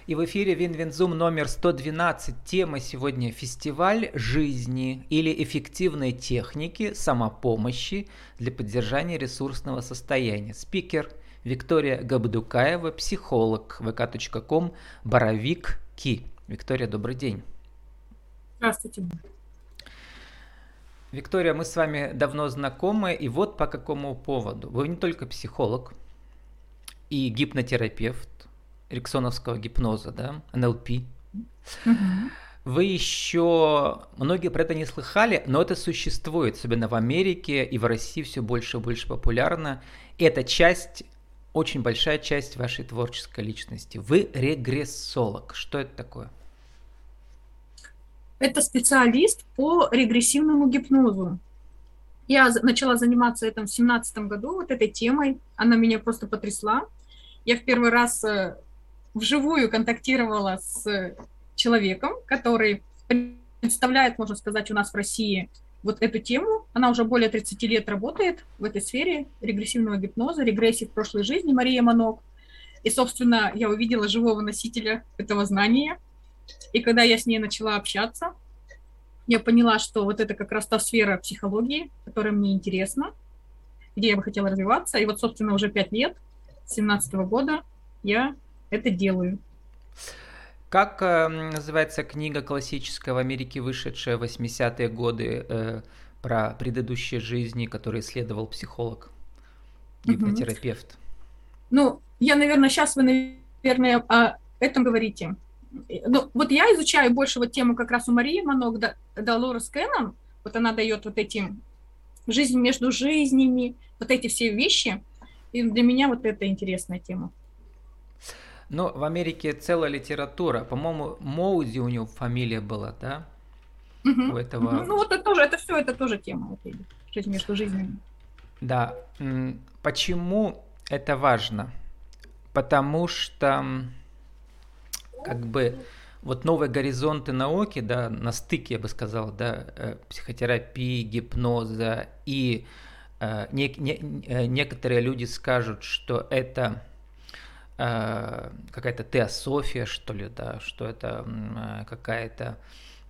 И в эфире Винвинзум номер 112. Тема сегодня «Фестиваль жизни» или «Эффективные техники самопомощи для поддержания ресурсного состояния». Спикер Виктория Габдукаева, психолог, vk.com, Боровик Ки. Виктория, добрый день. Здравствуйте. Виктория, мы с вами давно знакомы, и вот по какому поводу. Вы не только психолог и гипнотерапевт эриксоновского гипноза, да, НЛП. Вы еще, многие про это не слыхали, но это существует, особенно в Америке и в России все больше и больше популярно. Это часть, очень большая часть вашей творческой личности. Вы регрессолог. Что это такое? Это специалист по регрессивному гипнозу. Я начала заниматься этим в 2017 году, вот этой темой. Она меня просто потрясла. Я в первый раз вживую контактировала с человеком, который представляет, можно сказать, у нас в России вот эту тему. Она уже более 30 лет работает в этой сфере регрессивного гипноза, регрессии в прошлой жизни, Мария Манок. И, собственно, я увидела живого носителя этого знания. И когда я с ней начала общаться, я поняла, что вот это как раз та сфера психологии, которая мне интересна, где я бы хотела развиваться. И вот, собственно, уже 5 лет, с 2017 года, я это делаю. Как называется книга классическая в Америке, вышедшая в 80-е годы про предыдущие жизни, которые исследовал психолог, гипнотерапевт? Ну, я, наверное, сейчас вы, наверное, о этом говорите. Ну, вот я изучаю больше вот тему как раз у Марии Манок, Долорес Кеннон. Вот она дает вот эти жизнь между жизнями, вот эти все вещи. И для меня вот это интересная тема. Ну, в Америке целая литература. По-моему, Моуди у него фамилия была, да? У этого... Ну, вот это тоже, это все, это тоже тема. Вот, жизнь между жизнями. Да. Почему это важно? Потому что, как бы, вот новые горизонты науки, да, на стыке, я бы сказал, да, психотерапии, гипноза, и некоторые люди скажут, что это какая-то теософия, что ли, да, что это какая-то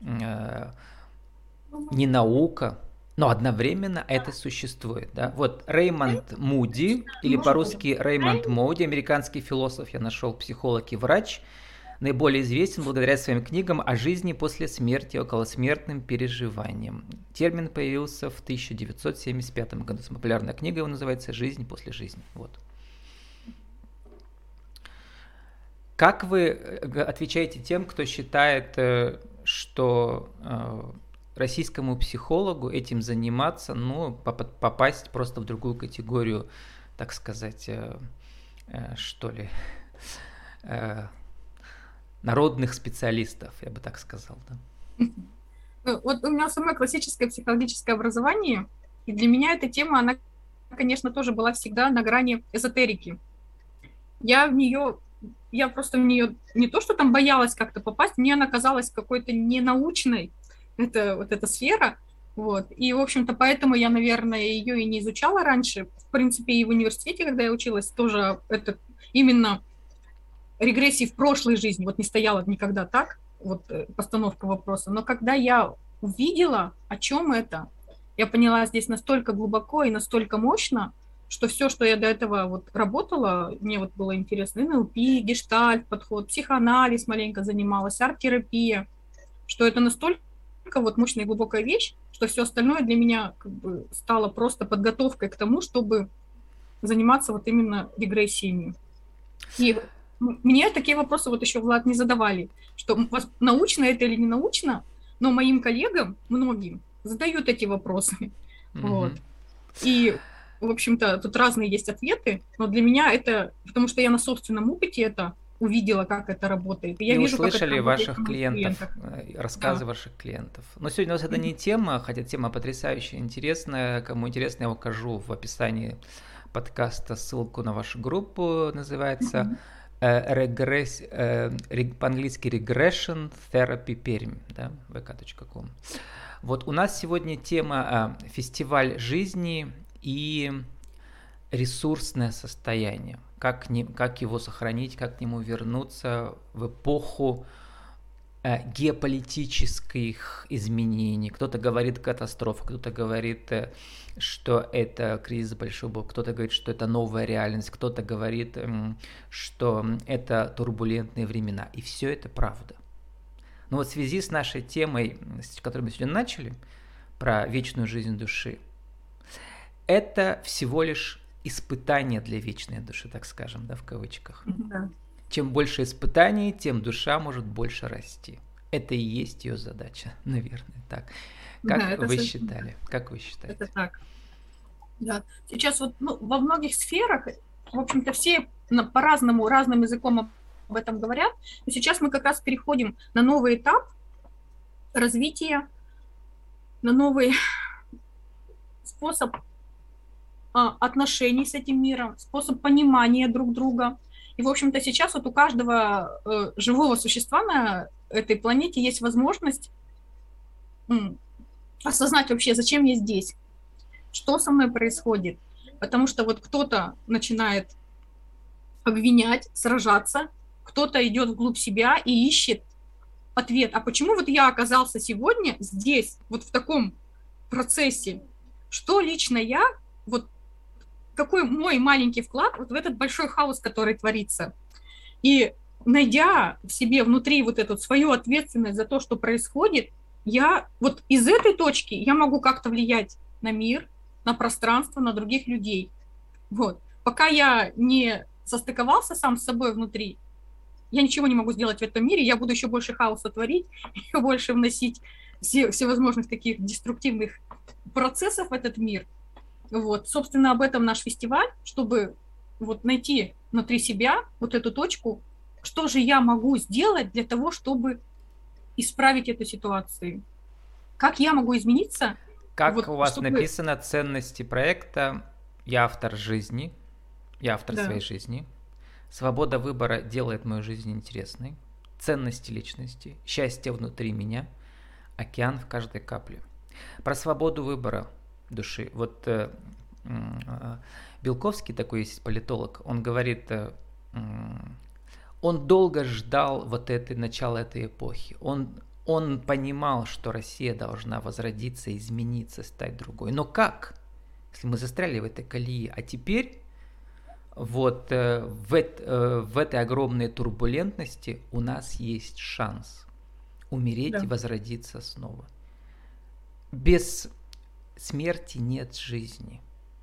не наука, но одновременно это существует. Да? Вот Реймонд Муди, или по-русски Реймонд Моуди, американский философ, я нашел, психолог и врач, наиболее известен благодаря своим книгам о жизни после смерти, околосмертным переживаниям. Термин появился в 1975 году. Популярная книга его называется «Жизнь после жизни». Вот. Как вы отвечаете тем, кто считает, что российскому психологу этим заниматься, ну, попасть просто в другую категорию, так сказать, что ли, народных специалистов, я бы так сказал, да? Вот у меня самое классическое психологическое образование, и для меня эта тема, она, конечно, тоже была всегда на грани эзотерики. Я просто в нее не то, что там боялась как-то попасть, мне она казалась какой-то ненаучной, вот эта сфера, вот, и, в общем-то, поэтому я, наверное, ее и не изучала раньше, в принципе, и в университете, когда я училась, тоже это именно регрессии в прошлой жизни, вот не стояла никогда так, вот постановка вопроса, но когда я увидела, о чем это, я поняла здесь настолько глубоко и настолько мощно, что все, что я до этого вот работала, мне вот было интересно, НЛП, гештальт, подход, психоанализ маленько занималась, арт-терапия, что это настолько вот мощная и глубокая вещь, что все остальное для меня как бы стало просто подготовкой к тому, чтобы заниматься вот именно регрессиями. И мне такие вопросы вот еще, Влад, не задавали, что научно это или не научно, но моим коллегам, многим, задают эти вопросы. Вот. И в общем-то, тут разные есть ответы, но для меня это, потому что я на собственном опыте это увидела, как это работает. И я вижу, услышали как это ваших клиентов, рассказы ваших клиентов. Но сегодня у нас это не тема, хотя тема потрясающая, интересная. Кому интересно, я укажу в описании подкаста ссылку на вашу группу, называется по-английски Regression Therapy Perm, да, vk.com. Вот у нас сегодня тема фестиваль жизни и ресурсное состояние. как его сохранить, как к нему вернуться в эпоху геополитических изменений. Кто-то говорит катастрофа, кто-то говорит, что это кризис большой бог, кто-то говорит, что это новая реальность, кто-то говорит, что это турбулентные времена. И все это правда. Но вот в связи с нашей темой, с которой мы сегодня начали, про вечную жизнь души, это всего лишь испытание для вечной души, так скажем, да, в кавычках. Да. Чем больше испытаний, тем душа может больше расти. Это и есть ее задача, наверное, так. Как вы считали? Как вы считаете? Это так. Да. Сейчас вот во многих сферах, в общем-то, все по-разному, разным языком об этом говорят. Но сейчас мы как раз переходим на новый этап развития, на новый способ отношений с этим миром, способ понимания друг друга. И, в общем-то, сейчас вот у каждого живого существа на этой планете есть возможность осознать вообще, зачем я здесь, что со мной происходит. Потому что вот кто-то начинает обвинять, сражаться, кто-то идет вглубь себя и ищет ответ. А почему вот я оказался сегодня здесь, вот в таком процессе? Что лично я, вот какой мой маленький вклад вот в этот большой хаос, который творится? И найдя в себе внутри вот эту свою ответственность за то, что происходит, я вот из этой точки я могу как-то влиять на мир, на пространство, на других людей. Вот. Пока я не состыковался сам с собой внутри, я ничего не могу сделать в этом мире, я буду еще больше хаоса творить, еще больше вносить всевозможных таких деструктивных процессов в этот мир. Вот. Собственно, об этом наш фестиваль, чтобы вот найти внутри себя вот эту точку, что же я могу сделать для того, чтобы исправить эту ситуацию. Как я могу измениться? Как вот, у вас написано ценности проекта «Я автор жизни», я автор своей жизни. Свобода выбора делает мою жизнь интересной. Ценности личности, счастье внутри меня, океан в каждой капле. Про свободу выбора души. Вот Белковский, такой есть политолог, он говорит, он долго ждал вот начала этой эпохи. Он понимал, что Россия должна возродиться, измениться, стать другой. Но как? Если мы застряли в этой колее, а теперь вот в этой огромной турбулентности у нас есть шанс умереть и возродиться снова. Без смерти нет жизни.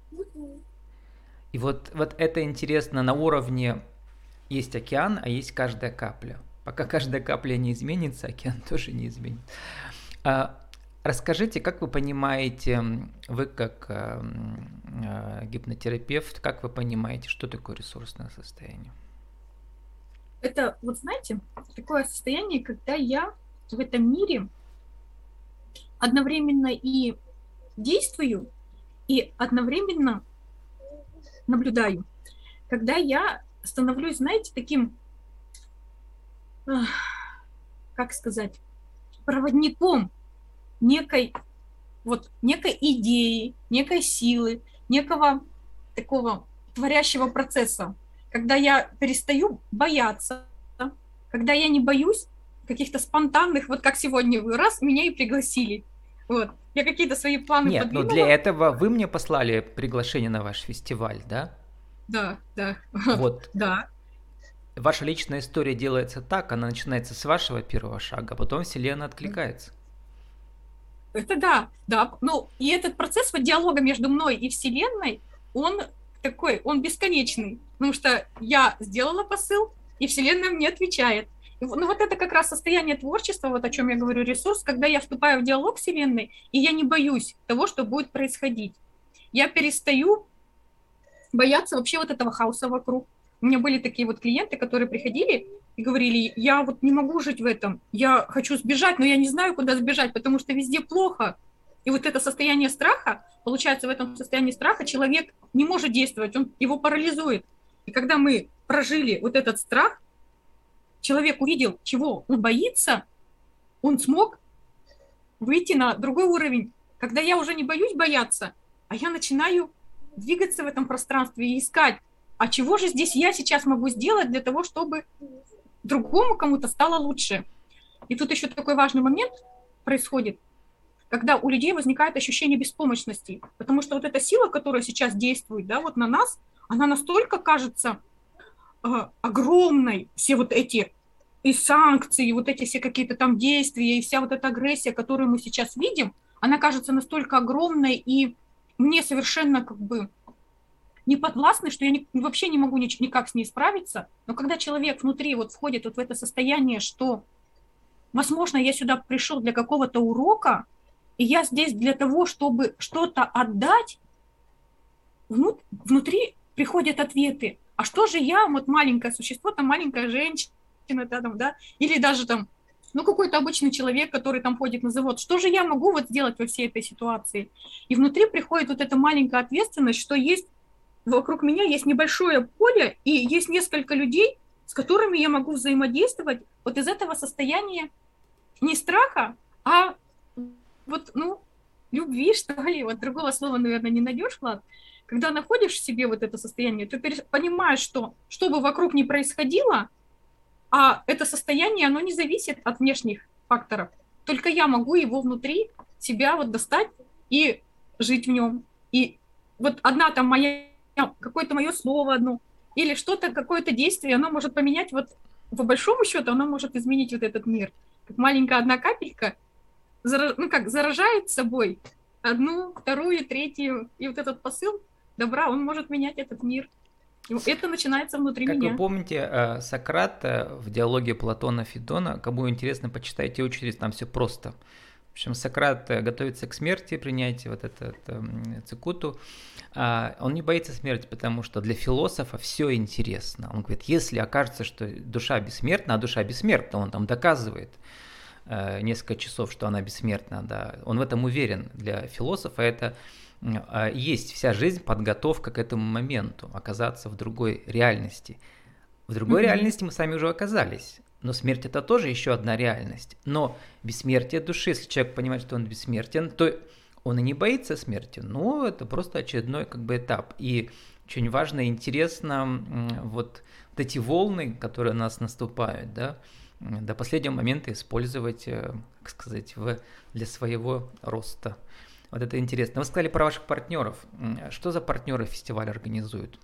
И вот это интересно на уровне есть океан, а есть каждая капля. Пока каждая капля не изменится, океан тоже не изменится. Расскажите, как вы понимаете, вы как гипнотерапевт, как вы понимаете, что такое ресурсное состояние? Это, вот знаете, такое состояние, когда я в этом мире одновременно и действую, и одновременно наблюдаю. Когда я становлюсь, знаете, таким, как сказать, проводником некой идеи, некой силы, некого такого творящего процесса, когда я перестаю бояться, когда я не боюсь каких-то спонтанных, вот как сегодня вы раз меня и пригласили. Вот. Я какие-то свои планы подвинула. Нет, но для этого вы мне послали приглашение на ваш фестиваль, да? Да. Вот. Да. Ваша личная история делается так, она начинается с вашего первого шага, а потом Вселенная откликается. Это да. Ну, и этот процесс вот диалога между мной и Вселенной, он бесконечный, потому что я сделала посыл, и Вселенная мне отвечает. Ну, вот это как раз состояние творчества, вот о чем я говорю, ресурс, когда я вступаю в диалог с Вселенной, и я не боюсь того, что будет происходить. Я перестаю бояться вообще вот этого хаоса вокруг. У меня были такие вот клиенты, которые приходили и говорили, я вот не могу жить в этом, я хочу сбежать, но я не знаю, куда сбежать, потому что везде плохо. И вот это состояние страха, получается, в этом состоянии страха человек не может действовать, он его парализует. И когда мы прожили вот этот страх, человек увидел, чего он боится, он смог выйти на другой уровень. Когда я уже не боюсь бояться, а я начинаю двигаться в этом пространстве и искать, а чего же здесь я сейчас могу сделать для того, чтобы другому кому-то стало лучше? И тут еще такой важный момент происходит, когда у людей возникает ощущение беспомощности, потому что вот эта сила, которая сейчас действует, да, вот на нас, она настолько кажется огромной, все вот эти и санкции, и вот эти все какие-то там действия, и вся вот эта агрессия, которую мы сейчас видим, она кажется настолько огромной и мне совершенно как бы неподвластной, что я вообще не могу никак с ней справиться. Но когда человек внутри вот входит вот в это состояние, что, возможно, я сюда пришел для какого-то урока, и я здесь для того, чтобы что-то отдать, внутри приходят ответы. А что же я, вот маленькое существо, там маленькая женщина, да, или даже там, какой-то обычный человек, который там ходит на завод, что же я могу вот сделать во всей этой ситуации? И внутри приходит вот эта маленькая ответственность, что есть вокруг меня есть небольшое поле, и есть несколько людей, с которыми я могу взаимодействовать вот из этого состояния не страха, а вот, любви, что ли, вот другого слова, наверное, не найдешь, Влад. Когда находишь в себе вот это состояние, ты понимаешь, что бы вокруг ни происходило, а это состояние, оно не зависит от внешних факторов. Только я могу его внутри себя вот достать и жить в нем. И вот одна там какое-то мое слово одно, или что-то, какое-то действие, оно может поменять, вот по большому счету, оно может изменить вот этот мир. Как маленькая одна капелька заражает собой одну, вторую, третью, и вот этот посыл добра, он может менять этот мир. И это начинается внутри меня. Как вы помните, Сократ в диалоге Платона Федона, кому интересно, почитайте очередь, там все просто. В общем, Сократ готовится к смерти, принять вот этот цикуту. Он не боится смерти, потому что для философа все интересно. Он говорит, если окажется, что душа бессмертна, а душа бессмертна, он там доказывает несколько часов, что она бессмертна, да, он в этом уверен. Для философа это есть вся жизнь подготовка к этому моменту, оказаться в другой реальности. В другой реальности мы сами уже оказались. Но смерть – это тоже еще одна реальность. Но бессмертие души, если человек понимает, что он бессмертен, то он и не боится смерти. Но это просто очередной этап. И очень важно и интересно вот эти волны, которые у нас наступают, да, до последнего момента использовать, как сказать, для своего роста. Вот это интересно. Вы сказали про ваших партнеров. Что за партнеры фестиваль организуют?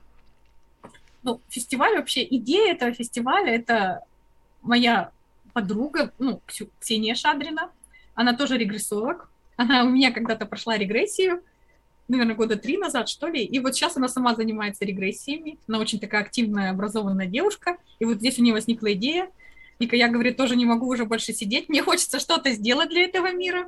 Фестиваль вообще, идея этого фестиваля – это моя подруга, Ксения Шадрина. Она тоже регрессолог. Она у меня когда-то прошла регрессию, наверное, 3 года назад, что ли. И вот сейчас она сама занимается регрессиями. Она очень такая активная, образованная девушка. И вот здесь у нее возникла идея. Вика, я, говорит, тоже не могу уже больше сидеть. Мне хочется что-то сделать для этого мира.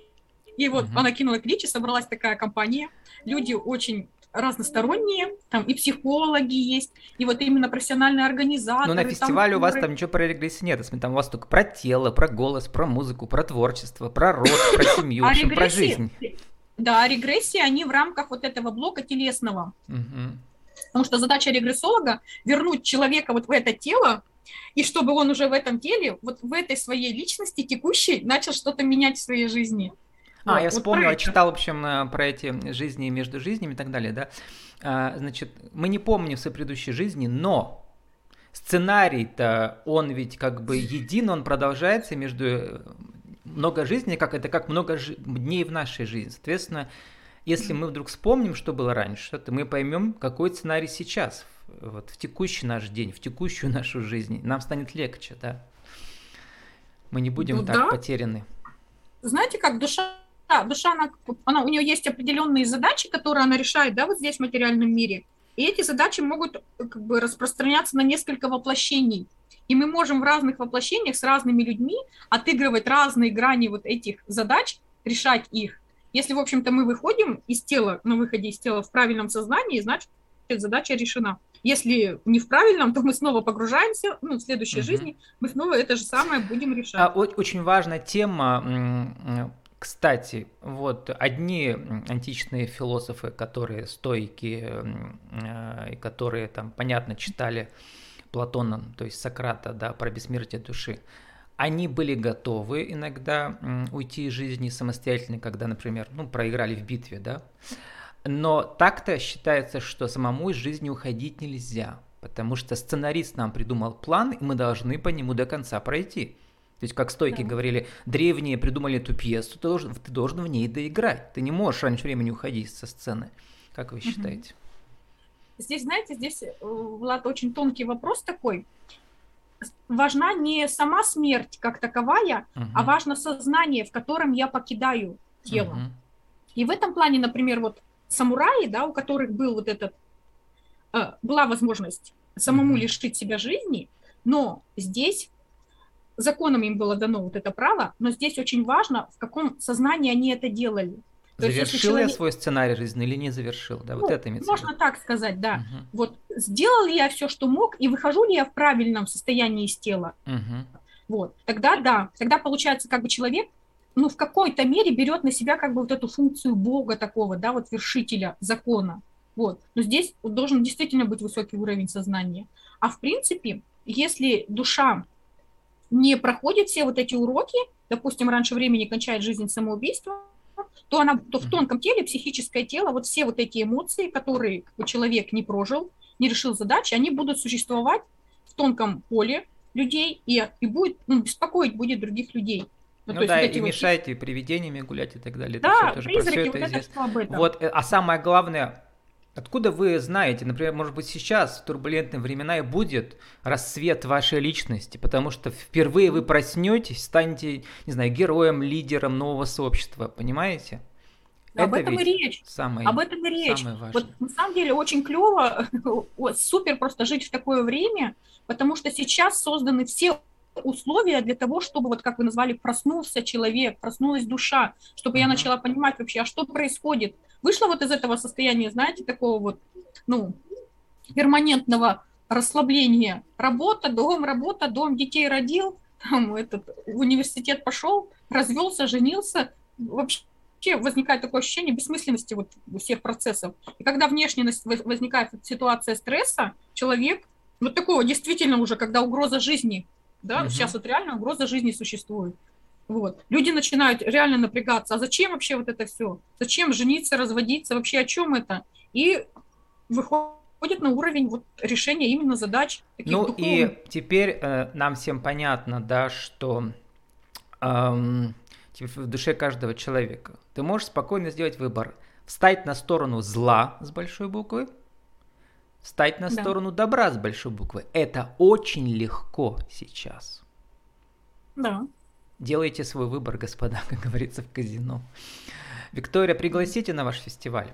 И вот она кинула клич, и собралась такая компания. Люди очень разносторонние, там и психологи есть, и вот именно профессиональные организаторы. Но на фестивале у вас там ничего про регрессию нет, там у вас только про тело, про голос, про музыку, про творчество, про род, про семью, в общем, про жизнь. Да, регрессии, они в рамках вот этого блока телесного. Потому что задача регрессолога – вернуть человека вот в это тело, и чтобы он уже в этом теле, вот в этой своей личности текущей начал что-то менять в своей жизни. Я вспомнил, я читал, в общем, про эти жизни между жизнями и так далее, да. Значит, мы не помним своей предыдущей жизни, но сценарий-то, он ведь един, он продолжается между много жизней, как много дней в нашей жизни. Соответственно, если мы вдруг вспомним, что было раньше, то мы поймем, какой сценарий сейчас, вот, в текущий наш день, в текущую нашу жизнь. Нам станет легче, да. Мы не будем так потеряны. Знаете, как душа, она, у нее есть определенные задачи, которые она решает, да, вот здесь в материальном мире. И эти задачи могут распространяться на несколько воплощений. И мы можем в разных воплощениях с разными людьми отыгрывать разные грани вот этих задач, решать их. Если, в общем-то, мы выходим из тела, на выходе из тела в правильном сознании, значит, задача решена. Если не в правильном, то мы снова погружаемся, в следующей жизни мы снова это же самое будем решать. Очень важная тема. Кстати, вот одни античные философы, которые стойки, и которые там, понятно, читали Платона, то есть Сократа, да, про бессмертие души, они были готовы иногда уйти из жизни самостоятельно, когда, например, проиграли в битве, да. Но так-то считается, что самому из жизни уходить нельзя, потому что сценарист нам придумал план, и мы должны по нему до конца пройти. То есть, как стойки говорили, древние придумали эту пьесу, ты должен в ней доиграть. Ты не можешь раньше времени уходить со сцены. Как вы считаете? Здесь, знаете, Влад, очень тонкий вопрос такой. Важна не сама смерть как таковая, а важно сознание, в котором я покидаю тело. И в этом плане, например, вот самураи, да, у которых был вот этот, была возможность самому лишить себя жизни, но здесь законом им было дано вот это право, но здесь очень важно, в каком сознании они это делали. Завершил я свой сценарий жизни или не завершил? Да, вот это имеется в виду. Можно так сказать, да. Вот сделал ли я все, что мог, и выхожу ли я в правильном состоянии из тела? Вот. Тогда да, тогда получается как бы человек, ну, в какой-то мере берет на себя как бы вот эту функцию Бога такого, да, вот вершителя закона. Вот. Но здесь должен действительно быть высокий уровень сознания. А в принципе, если душа не проходит все вот эти уроки, допустим, раньше времени кончает жизнь самоубийством, то в тонком теле, психическое тело, вот все вот эти эмоции, которые человек не прожил, не решил задачи, они будут существовать в тонком поле людей и будет, беспокоить будет других людей. Ну да, и мешайте привидениями гулять и так далее. Да, это призраки, вот это все об этом. Вот, а самое главное, откуда вы знаете, например, может быть, сейчас в турбулентные времена и будет расцвет вашей личности, потому что впервые вы проснетесь, станете, не знаю, героем, лидером нового сообщества, понимаете? Об этом и речь. Об этом и речь. Вот на самом деле очень клево, супер просто жить в такое время, потому что сейчас созданы все условия для того, чтобы, вот как вы назвали, проснулся человек, проснулась душа, чтобы я начала понимать вообще, а что происходит. Вышла вот из этого состояния, знаете, такого вот, перманентного расслабления. Работа, дом, детей родил, там, в университет пошел, развелся, женился. Вообще возникает такое ощущение бессмысленности вот всех процессов. И когда внешне возникает ситуация стресса, человек, вот такого действительно уже, когда угроза жизни, да, сейчас вот реально угроза жизни существует. Вот. Люди начинают реально напрягаться. А зачем вообще вот это все? Зачем жениться, разводиться? Вообще о чем это? И выходит на уровень вот решения именно задач. Духовных. И теперь нам всем понятно, да, что в душе каждого человека ты можешь спокойно сделать выбор. Встать на сторону зла с большой буквы, встать на сторону добра с большой буквы. Это очень легко сейчас. Да. Делайте свой выбор, господа, как говорится в казино. Виктория, пригласите на ваш фестиваль.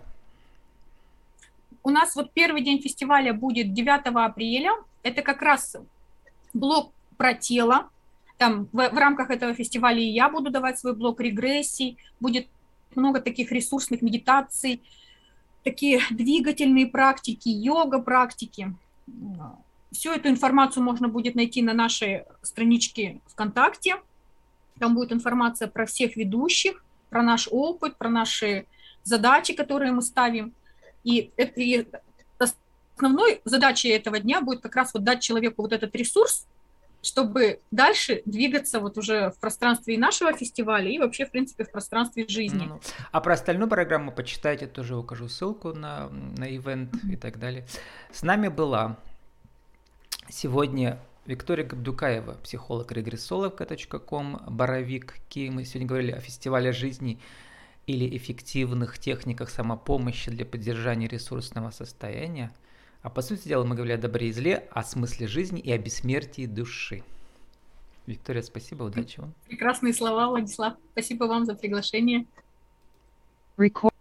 У нас вот первый день фестиваля будет 9 апреля. Это как раз блок про тело. Там в рамках этого фестиваля и я буду давать свой блок регрессий. Будет много таких ресурсных медитаций, такие двигательные практики, йога-практики. Всю эту информацию можно будет найти на нашей страничке ВКонтакте. Там будет информация про всех ведущих, про наш опыт, про наши задачи, которые мы ставим. И основной задачей этого дня будет как раз вот дать человеку вот этот ресурс, чтобы дальше двигаться вот уже в пространстве и нашего фестиваля, и вообще, в принципе, в пространстве жизни. А про остальную программу почитайте, тоже укажу ссылку на ивент и так далее. С нами была сегодня Виктория Габдукаева, психолог регрессолог.ком, Боровик Ки. Мы сегодня говорили о фестивале жизни или эффективных техниках самопомощи для поддержания ресурсного состояния. А по сути дела мы говорили о добре и зле, о смысле жизни и о бессмертии души. Виктория, спасибо, удачи вам. Прекрасные слова, Владислав. Спасибо вам за приглашение.